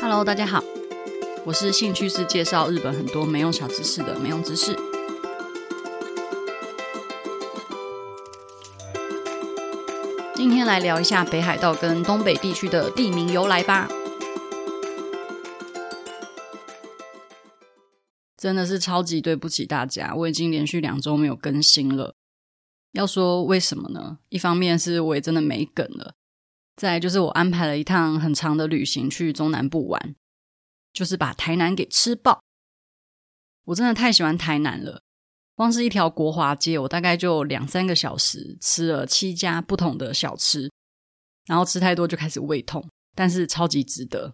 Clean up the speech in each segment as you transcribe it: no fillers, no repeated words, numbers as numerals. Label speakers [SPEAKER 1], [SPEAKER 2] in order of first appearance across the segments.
[SPEAKER 1] Hello， 大家好，我是兴趣是介绍日本很多没用小知识的没用知识。今天来聊一下北海道跟东北地区的地名由来吧。真的是超级对不起大家，我已经连续2周没有更新了。要说为什么呢？一方面是我也真的没梗了，再来就是我安排了一趟很长的旅行去中南部玩，就是把台南给吃爆。我真的太喜欢台南了，光是一条国华街我大概就2-3个小时吃了7家不同的小吃，然后吃太多就开始胃痛，但是超级值得。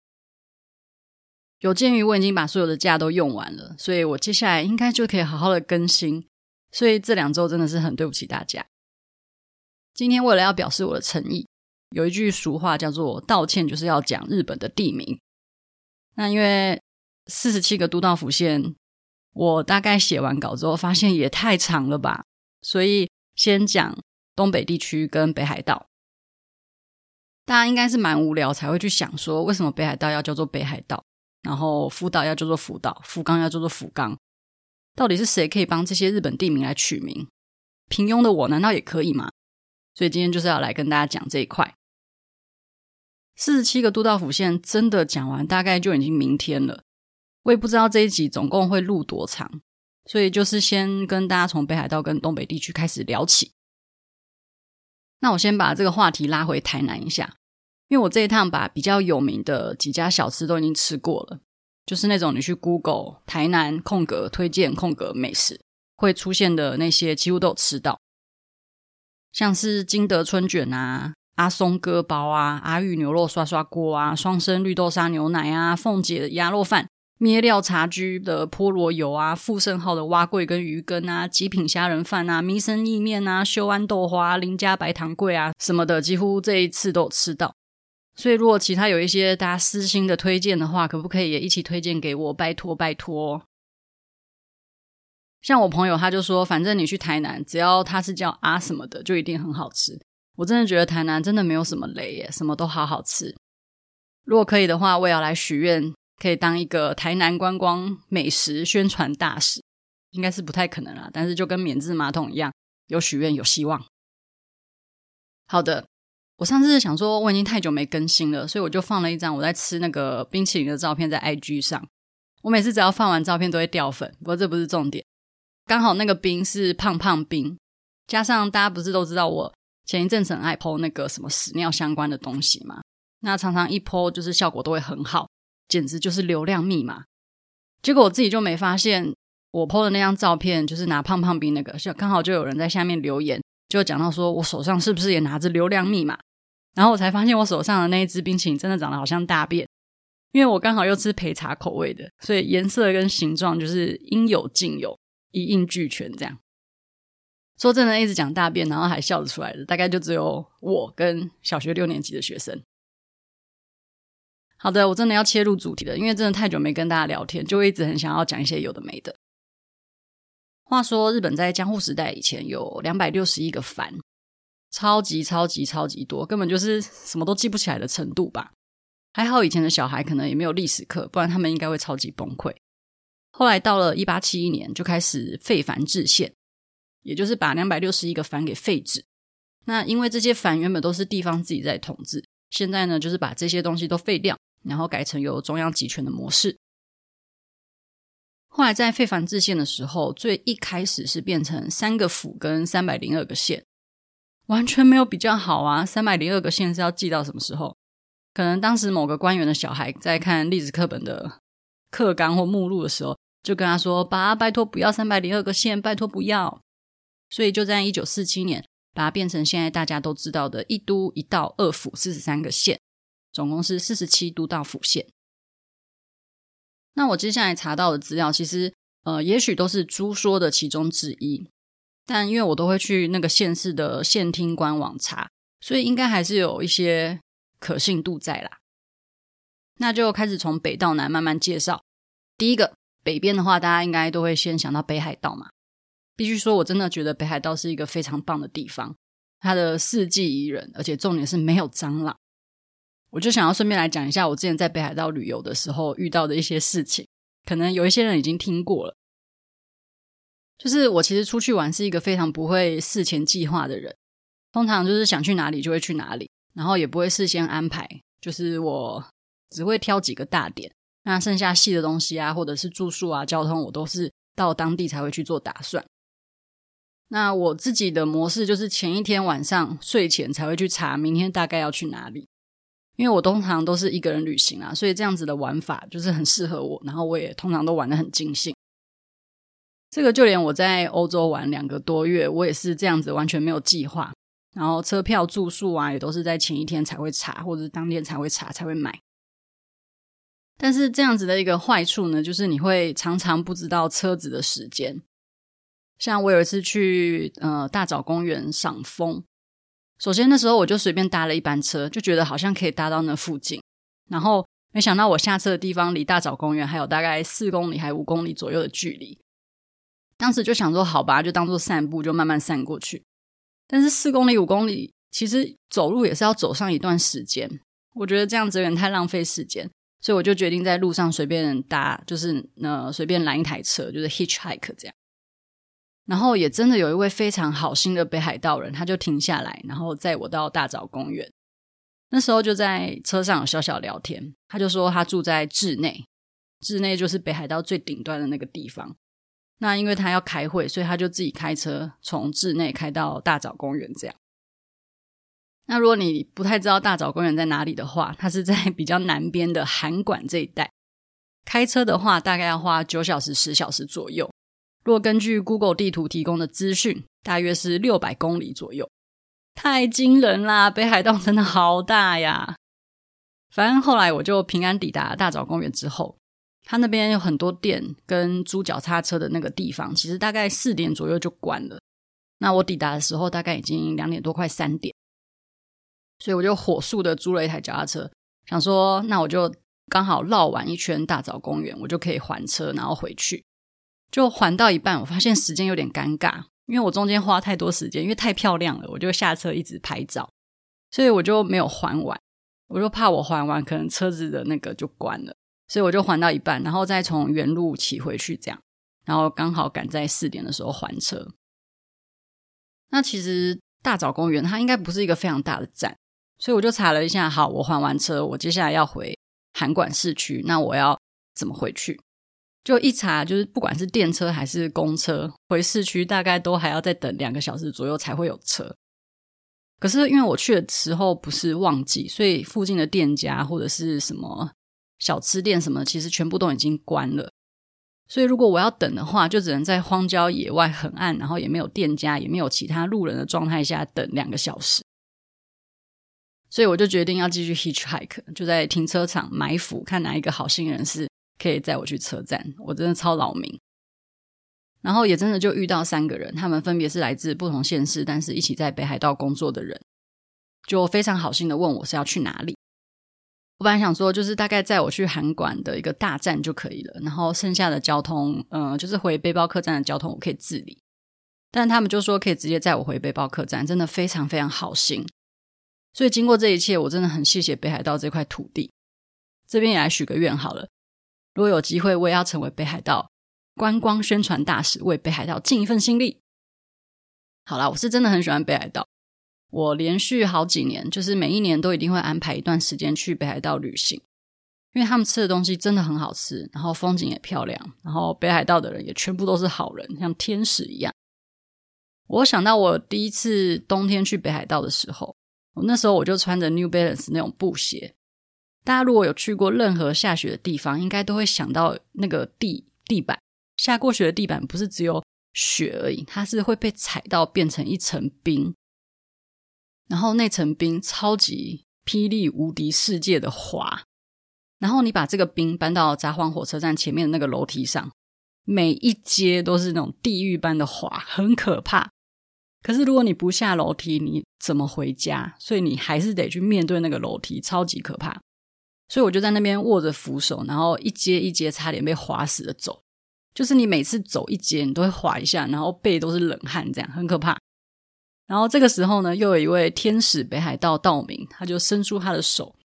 [SPEAKER 1] 有鉴于我已经把所有的假都用完了，所以我接下来应该就可以好好的更新，所以这2周真的是很对不起大家。今天为了要表示我的诚意，有一句俗话叫做道歉就是要讲日本的地名。那因为47个都道府县我大概写完稿之后发现也太长了吧，所以先讲东北地区跟北海道。大家应该是蛮无聊才会去想说为什么北海道要叫做北海道，然后福岛要叫做福岛，福冈要叫做福冈，到底是谁可以帮这些日本地名来取名？平庸的我难道也可以吗？所以今天就是要来跟大家讲这一块。47个都道府县真的讲完大概就已经明天了，我也不知道这一集总共会录多长，所以就是先跟大家从北海道跟东北地区开始聊起。那我先把这个话题拉回台南一下，因为我这一趟把比较有名的几家小吃都已经吃过了，就是那种你去 Google 台南空格推荐空格美食会出现的那些几乎都有吃到，像是金德春卷啊、阿松割包啊、阿裕牛肉刷刷锅啊、双生绿豆沙牛奶啊、凤姐的鸭肉饭、咩料茶居的菠萝油啊、富盛号的蛙桂跟鱼羹啊、极品虾仁饭啊、弥生意面啊、修安豆花、林家白糖桂啊什么的，几乎这一次都有吃到。所以如果其他有一些大家私心的推荐的话，可不可以也一起推荐给我？拜托拜托。像我朋友他就说，反正你去台南只要他是叫阿什么的就一定很好吃。我真的觉得台南真的没有什么雷耶，什么都好好吃。如果可以的话，我也要来许愿可以当一个台南观光美食宣传大使，应该是不太可能啦，但是就跟免治马桶一样，有许愿有希望。好的，我上次想说我已经太久没更新了，所以我就放了一张我在吃那个冰淇淋的照片在 IG 上。我每次只要放完照片都会掉粉，不过这不是重点。刚好那个冰是胖胖冰，加上大家不是都知道我前一阵子很爱 po 那个什么屎尿相关的东西嘛，那常常一 po 就是效果都会很好，简直就是流量密码。结果我自己就没发现我 po 的那张照片就是拿胖胖冰那个，刚好就有人在下面留言，就讲到说我手上是不是也拿着流量密码，然后我才发现我手上的那一支冰淇淋真的长得好像大便，因为我刚好又吃焙茶口味的，所以颜色跟形状就是应有尽有，一应俱全这样。说真的，一直讲大便然后还笑得出来的大概就只有我跟小学6年级的学生。好的，我真的要切入主题了，因为真的太久没跟大家聊天，就一直很想要讲一些有的没的。话说日本在江户时代以前有261个藩，超级超级超级多，根本就是什么都记不起来的程度吧。还好以前的小孩可能也没有历史课，不然他们应该会超级崩溃。后来到了1871年就开始废藩置县，也就是把261个藩给废止。那因为这些藩原本都是地方自己在统治，现在呢就是把这些东西都废掉，然后改成由中央集权的模式。后来在废藩置县的时候，最一开始是变成3个府跟302个县，完全没有比较好啊！302个县是要记到什么时候？可能当时某个官员的小孩在看历史课本的课纲或目录的时候，就跟他说：“爸，拜托不要302个县，拜托不要。”所以就在1947年，把它变成现在大家都知道的1都1道2府43个县，总共是47都道府县。那我接下来查到的资料其实也许都是猪说的其中之一，但因为我都会去那个县市的县厅官网查，所以应该还是有一些可信度在啦。那就开始从北到南慢慢介绍。第一个，北边的话大家应该都会先想到北海道嘛。必须说我真的觉得北海道是一个非常棒的地方，它的四季宜人，而且重点是没有蟑螂。 我就想要顺便来讲一下我之前在北海道旅游的时候遇到的一些事情，可能有一些人已经听过了。就是我其实出去玩是一个非常不会事前计划的人，通常就是想去哪里就会去哪里，然后也不会事先安排，就是我只会挑几个大点，那剩下细的东西啊，或者是住宿啊、交通，我都是到当地才会去做打算。那我自己的模式就是前一天晚上睡前才会去查明天大概要去哪里，因为我通常都是一个人旅行啊，所以这样子的玩法就是很适合我，然后我也通常都玩得很尽兴。这个就连我在欧洲玩2个多月，我也是这样子完全没有计划，然后车票住宿啊也都是在前一天才会查，或者是当天才会查才会买。但是这样子的一个坏处呢，就是你会常常不知道车子的时间。像我有一次去大沼公园赏枫，首先那时候我就随便搭了一班车，就觉得好像可以搭到那附近，然后没想到我下车的地方离大沼公园还有大概4公里还5公里左右的距离。当时就想说好吧，就当作散步，就慢慢散过去。但是4公里5公里其实走路也是要走上一段时间，我觉得这样子有点太浪费时间，所以我就决定在路上随便搭，就是随便拦一台车，就是 hitchhike 这样。然后也真的有一位非常好心的北海道人，他就停下来，然后载我到大沼公园。那时候就在车上有小小聊天，他就说他住在稚内，稚内就是北海道最顶端的那个地方。那因为他要开会，所以他就自己开车从稚内开到大沼公园这样。那如果你不太知道大沼公园在哪里的话，它是在比较南边的函馆这一带，开车的话大概要花9小时10小时左右，如果根据 Google 地图提供的资讯，大约是600公里左右。太惊人啦，北海道真的好大呀。反正后来我就平安抵达大沼公园之后，他那边有很多店跟租脚踏车的那个地方，其实大概4点左右就关了。那我抵达的时候大概已经2点多快3点，所以我就火速的租了一台脚踏车，想说那我就刚好绕完一圈大沼公园，我就可以还车然后回去。就还到一半，我发现时间有点尴尬，因为我中间花太多时间，因为太漂亮了，我就下车一直拍照，所以我就没有还完。我就怕我还完可能车子的那个就关了，所以我就还到一半，然后再从原路骑回去这样，然后刚好赶在4点的时候还车。那其实大沼公园它应该不是一个非常大的站，所以我就查了一下，好，我还完车，我接下来要回函馆市区，那我要怎么回去？就一查，就是不管是电车还是公车，回市区大概都还要再等2个小时左右才会有车。可是因为我去的时候不是旺季，所以附近的店家或者是什么小吃店什么，其实全部都已经关了。所以如果我要等的话，就只能在荒郊野外很暗，然后也没有店家也没有其他路人的状态下等2个小时。所以我就决定要继续 hitchhike， 就在停车场埋伏，看哪一个好心人士可以载我去车站。我真的超扰民。然后也真的就遇到3个人，他们分别是来自不同县市，但是一起在北海道工作的人，就非常好心的问我是要去哪里。我本来想说就是大概载我去函馆的一个大站就可以了，然后剩下的交通就是回背包客栈的交通我可以自理，但他们就说可以直接载我回背包客栈，真的非常非常好心。所以经过这一切，我真的很谢谢北海道这块土地。这边也来许个愿好了，如果有机会我也要成为北海道观光宣传大使，为北海道尽一份心力。好啦，我是真的很喜欢北海道，我连续好几年就是每一年都一定会安排一段时间去北海道旅行，因为他们吃的东西真的很好吃，然后风景也漂亮，然后北海道的人也全部都是好人，像天使一样。我想到我第一次冬天去北海道的时候，那时候我就穿着 New Balance 那种布鞋。大家如果有去过任何下雪的地方，应该都会想到那个地板，下过雪的地板不是只有雪而已，它是会被踩到变成一层冰，然后那层冰超级霹雳无敌世界的滑，然后你把这个冰搬到札幌火车站前面的那个楼梯上，每一阶都是那种地狱般的滑，很可怕。可是如果你不下楼梯，你怎么回家？所以你还是得去面对那个楼梯，超级可怕。所以我就在那边握着扶手，然后一阶一阶差点被滑死的走，就是你每次走一阶你都会滑一下，然后背都是冷汗，这样很可怕。然后这个时候呢，又有一位天使北海道道民，他就伸出他的手，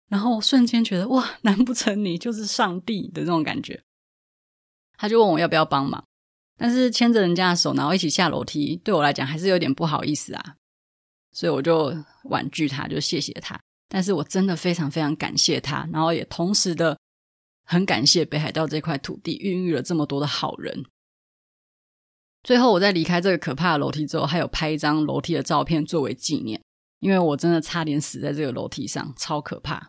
[SPEAKER 1] 然后瞬间觉得哇，难不成你就是上帝的这种感觉。他就问我要不要帮忙，但是牵着人家的手然后一起下楼梯，对我来讲还是有点不好意思啊，所以我就婉拒他，就谢谢他。但是我真的非常非常感谢他，然后也同时的很感谢北海道这块土地孕育了这么多的好人。最后我在离开这个可怕的楼梯之后，还有拍一张楼梯的照片作为纪念，因为我真的差点死在这个楼梯上，超可怕。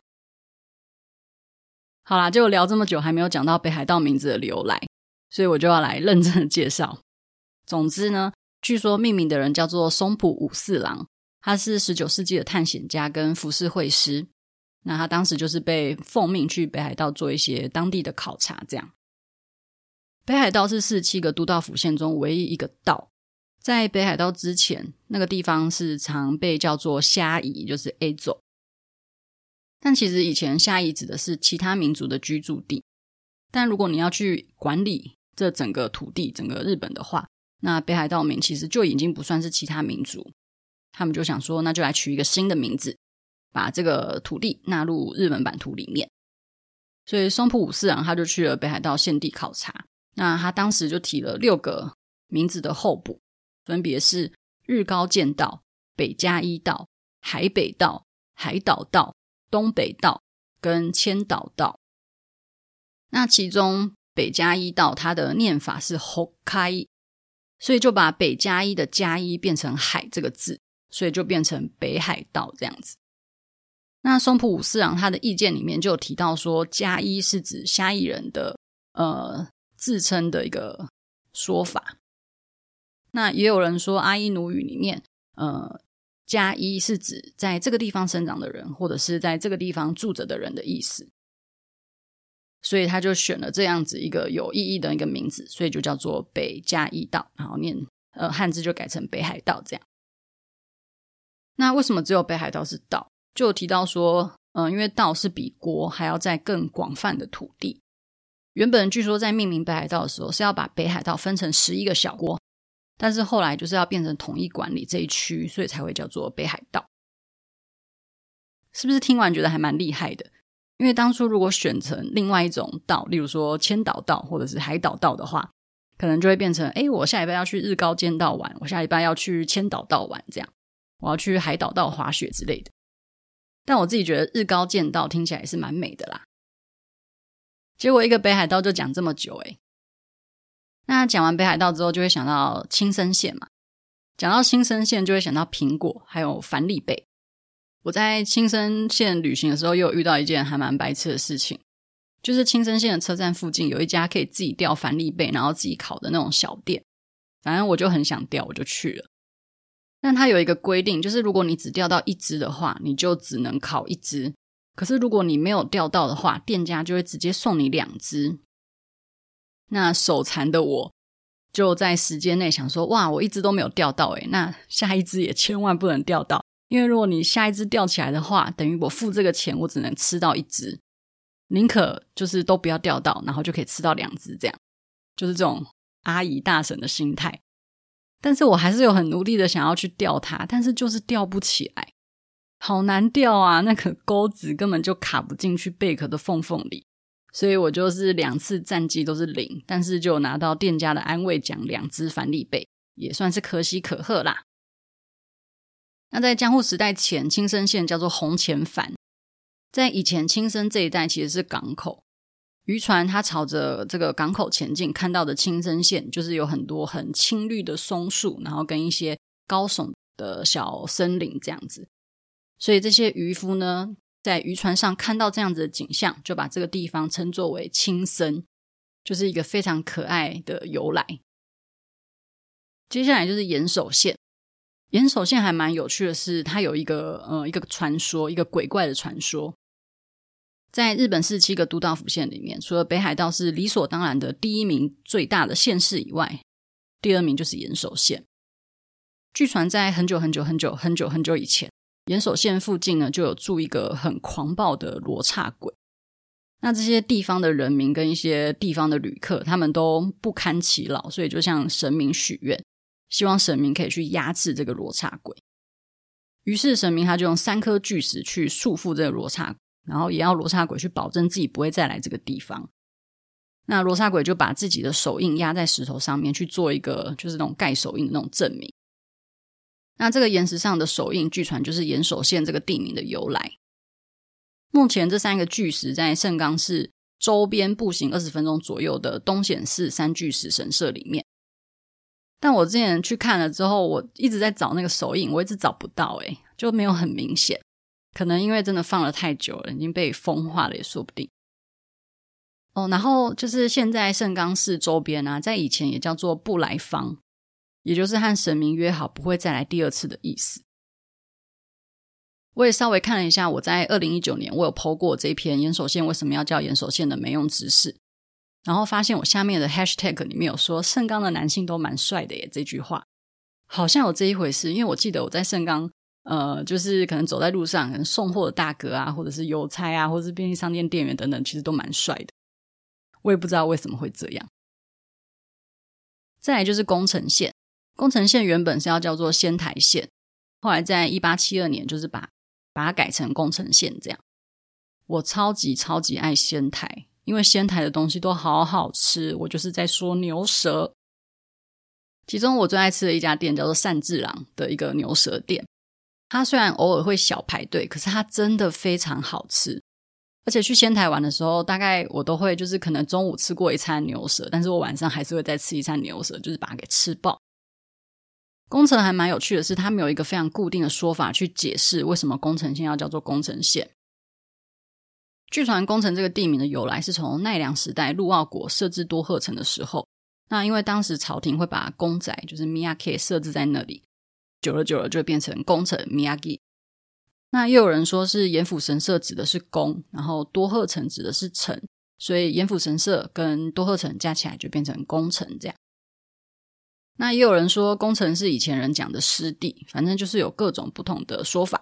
[SPEAKER 1] 好啦，结果聊这么久还没有讲到北海道名字的由来，所以我就要来认真的介绍。总之呢，据说命名的人叫做松浦武四郎，他是19世纪的探险家跟浮世绘师。那他当时就是被奉命去北海道做一些当地的考察这样。北海道是47个都道府县中唯一一个道，在北海道之前那个地方是常被叫做虾夷，就是 A 走。但其实以前虾夷指的是其他民族的居住地，但如果你要去管理这整个土地整个日本的话，那北海道民其实就已经不算是其他民族，他们就想说那就来取一个新的名字，把这个土地纳入日本版图里面。所以松浦武四郎他就去了北海道现地考察，那他当时就提了6个名字的候补，分别是日高见道、北加伊道、海北道、海岛道、东北道跟千岛道。那其中北加伊道它的念法是 Hokkai， 所以就把北加伊的加伊变成海这个字，所以就变成北海道这样子。那松浦武四郎他的意见里面就有提到说，加伊是指虾夷人的自称的一个说法。那也有人说阿伊努语里面加伊是指在这个地方生长的人，或者是在这个地方住着的人的意思，所以他就选了这样子一个有意义的一个名字，所以就叫做北加伊道，然后念汉字就改成北海道这样。那为什么只有北海道是道？就有提到说因为道是比国还要再更广泛的土地。原本据说在命名北海道的时候是要把北海道分成11个小国，但是后来就是要变成统一管理这一区，所以才会叫做北海道。是不是听完觉得还蛮厉害的？因为当初如果选成另外一种道，例如说千岛道或者是海岛道的话，可能就会变成我下礼拜要去日高见道玩，我下礼拜要去千岛道玩，这样我要去海岛道滑雪之类的。但我自己觉得日高见道听起来也是蛮美的啦。结果一个北海道就讲这么久那讲完北海道之后就会想到青森县嘛，讲到青森县就会想到苹果还有帆立贝。我在青森县旅行的时候又有遇到一件还蛮白痴的事情，就是青森县的车站附近有一家可以自己钓帆立贝然后自己烤的那种小店，反正我就很想钓我就去了。但它有一个规定，就是如果你只钓到1只的话你就只能烤1只，可是如果你没有钓到的话店家就会直接送你2只。那手残的我就在时间内想说，哇我1只都没有钓到那下一只也千万不能钓到，因为如果你下一只钓起来的话，等于我付这个钱我只能吃到1只，宁可就是都不要钓到，然后就可以吃到2只，这样就是这种阿姨大婶的心态。但是我还是有很努力的想要去钓它，但是就是钓不起来，好难钓啊，那个钩子根本就卡不进去贝壳的缝缝里，所以我就是2次战绩都是0，但是就拿到店家的安慰奖2只帆立贝，也算是可喜可贺啦。那在江户时代前，青森县叫做红前藩，在以前青森这一带其实是港口，渔船它朝着这个港口前进，看到的青森县就是有很多很青绿的松树，然后跟一些高耸的小森林这样子。所以这些渔夫呢在渔船上看到这样子的景象，就把这个地方称作为青森，就是一个非常可爱的由来。接下来就是岩手县。岩手县还蛮有趣的是，它有一个传说，一个鬼怪的传说。在日本47个都道府县里面，除了北海道是理所当然的第1名最大的县市以外，第2名就是岩手县。据传在很久很久很久很久很久以前，岩手县附近呢就有住一个很狂暴的罗刹鬼。那这些地方的人民跟一些地方的旅客，他们都不堪其扰，所以就向神明许愿，希望神明可以去压制这个罗刹鬼。于是神明他就用3颗巨石去束缚这个罗刹鬼， 然后也要罗刹鬼去保证自己不会再来这个地方。那罗刹鬼就把自己的手印压在石头上面，去做一个就是那种盖手印的那种证明。那这个岩石上的手印据传就是岩手县这个地名的由来。目前这3个巨石在盛冈市周边步行20分钟左右的东显寺三巨石神社里面。但我之前去看了之后，我一直在找那个手印，我一直找不到就没有很明显。可能因为真的放了太久了，已经被风化了也说不定。然后就是现在盛冈市周边啊，在以前也叫做不来方，也就是和神明约好不会再来第2次的意思。我也稍微看了一下，我在2019年我有 po 过这篇岩手县为什么要叫岩手县的没用知识，然后发现我下面的 hashtag 里面有说盛冈的男性都蛮帅的耶，这句话好像有这一回事。因为我记得我在盛冈就是可能走在路上，可能送货的大哥啊，或者是邮差啊，或者是便利商店店员等等，其实都蛮帅的。我也不知道为什么会这样。再来就是宫城县，宫城县原本是要叫做仙台县，后来在1872年就是把它改成宫城县这样。我超级爱仙台，因为仙台的东西都好好吃，我就是在说牛舌。其中我最爱吃的一家店叫做善治郎的一个牛舌店，它虽然偶尔会小排队，可是它真的非常好吃。而且去仙台玩的时候，大概我都会就是可能中午吃过一餐牛舌，但是我晚上还是会再吃一餐牛舌，就是把它给吃爆。宫城还蛮有趣的是，它没有一个非常固定的说法去解释为什么宫城县要叫做宫城县。据传宫城这个地名的由来是从奈良时代陆奥国设置多贺城的时候，那因为当时朝廷会把宫宅就是 Miyake 设置在那里，久了就会变成宫城 Miyagi。那又有人说是岩府神社指的是宫，然后多贺城指的是城，所以岩府神社跟多贺城加起来就变成宫城这样。那也有人说宫城是以前人讲的湿地，反正就是有各种不同的说法。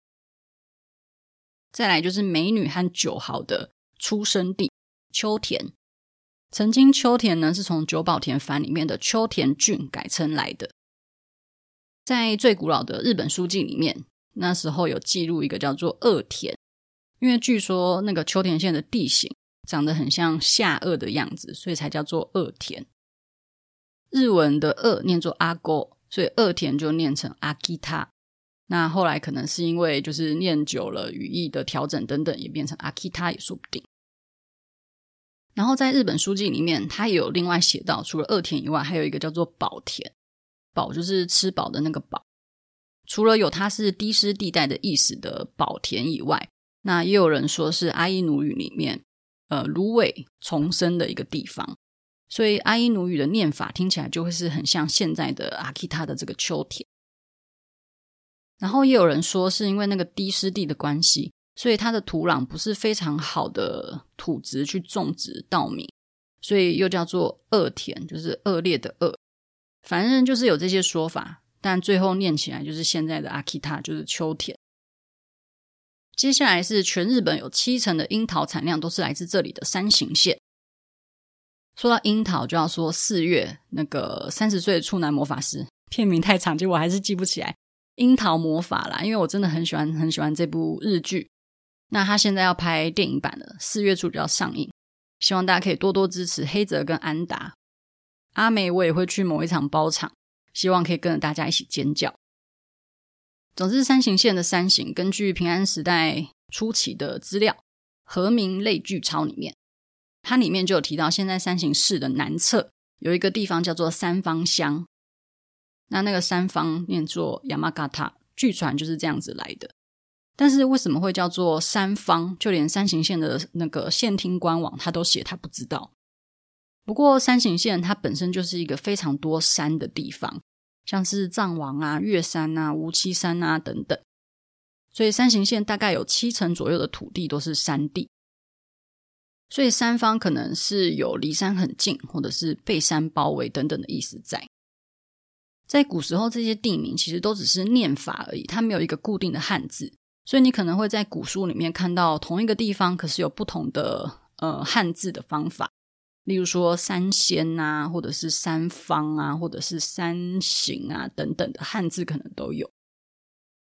[SPEAKER 1] 再来就是美女和酒豪的出生地秋田。曾经秋田呢是从久保田藩里面的秋田郡改称来的。在最古老的日本书记里面，那时候有记录一个叫做恶田，因为据说那个秋田县的地形长得很像下颚的样子，所以才叫做恶田。日文的恶念作阿沟，所以恶田就念成阿基塔。那后来可能是因为就是念久了语义的调整等等，也变成阿基塔也说不定。然后在日本书记里面，它也有另外写到，除了恶田以外，还有一个叫做饱田。饱就是吃饱的那个饱。除了有它是低湿地带的意思的饱田以外，那也有人说是阿伊努语里面芦苇丛生的一个地方，所以阿伊努语的念法听起来就会是很像现在的阿基塔的这个秋田。然后也有人说是因为那个低湿地的关系，所以它的土壤不是非常好的土质去种植稻米，所以又叫做恶田，就是恶劣的恶。反正就是有这些说法，但最后念起来就是现在的阿基塔，就是秋田。接下来是全日本有70%的樱桃产量都是来自这里的山形县。说到樱桃就要说4月那个30岁的处男魔法师，片名太长，结果我还是记不起来。樱桃魔法啦，因为我真的很喜欢这部日剧。那他现在要拍电影版了，4月初就要上映，希望大家可以多多支持黑泽跟安达。阿美我也会去某一场包场，希望可以跟着大家一起尖叫。总之山形县的山形根据平安时代初期的资料和民类聚钞里面，它里面就有提到现在山形市的南侧有一个地方叫做三方乡，那个三方念作 Yamagata， 据传就是这样子来的。但是为什么会叫做三方，就连山形县的那个县厅官网他都写他不知道。不过山形县它本身就是一个非常多山的地方，像是藏王啊、月山啊、无期山啊等等，所以山形县大概有70%左右的土地都是山地。所以三方可能是有离山很近，或者是被山包围等等的意思在。在古时候这些地名其实都只是念法而已，它没有一个固定的汉字，所以你可能会在古书里面看到同一个地方可是有不同的汉字的方法，例如说三仙啊，或者是三方啊，或者是三行啊等等的汉字可能都有。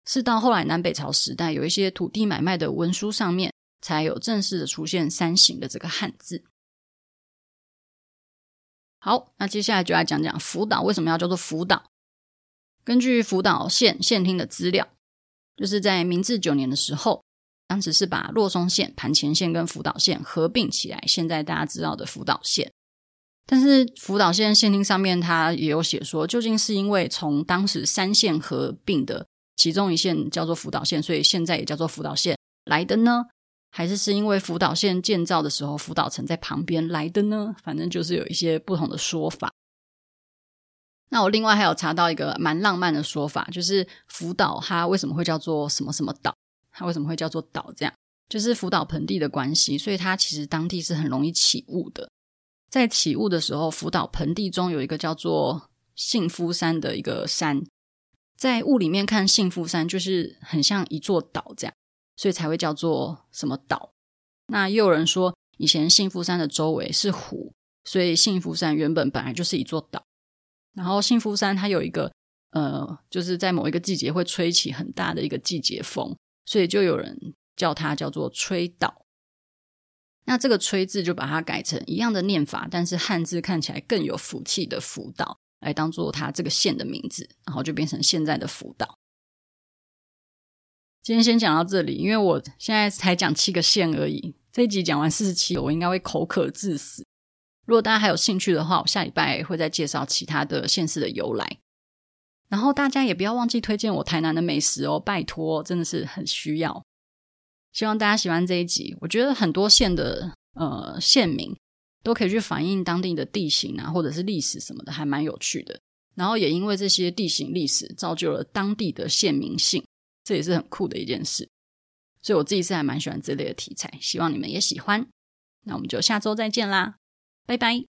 [SPEAKER 1] 是到后来南北朝时代有一些土地买卖的文书上面才有正式的出现三刑的这个汉字。好，那接下来就来讲讲福岛为什么要叫做福岛。根据福岛县县厅的资料，就是在明治9年的时候，当时是把洛松县、盘前县跟福岛县合并起来，现在大家知道的福岛县。但是福岛县县厅上面它也有写说，究竟是因为从当时3县合并的其中一县叫做福岛县，所以现在也叫做福岛县来的呢？还是因为福岛县建造的时候福岛城在旁边来的呢？反正就是有一些不同的说法。那我另外还有查到一个蛮浪漫的说法，就是福岛它为什么会叫做什么什么岛，它为什么会叫做岛，这样就是福岛盆地的关系，所以它其实当地是很容易起雾的。在起雾的时候，福岛盆地中有一个叫做幸福山的一个山，在雾里面看幸福山就是很像一座岛这样，所以才会叫做什么岛。那又有人说以前幸福山的周围是湖，所以幸福山原本来就是一座岛。然后幸福山它有一个就是在某一个季节会吹起很大的一个季节风，所以就有人叫它叫做吹岛。那这个吹字就把它改成一样的念法，但是汉字看起来更有福气的福岛，来当做它这个县的名字，然后就变成现在的福岛。今天先讲到这里，因为我现在才讲7个县而已，这一集讲完47我应该会口渴致死。如果大家还有兴趣的话，我下礼拜会再介绍其他的县市的由来。然后大家也不要忘记推荐我台南的美食哦，拜托，真的是很需要。希望大家喜欢这一集。我觉得很多县的县名都可以去反映当地的地形啊，或者是历史什么的，还蛮有趣的。然后也因为这些地形历史造就了当地的县名性，这也是很酷的一件事。所以我自己是还蛮喜欢这类的题材，希望你们也喜欢。那我们就下周再见啦，拜拜。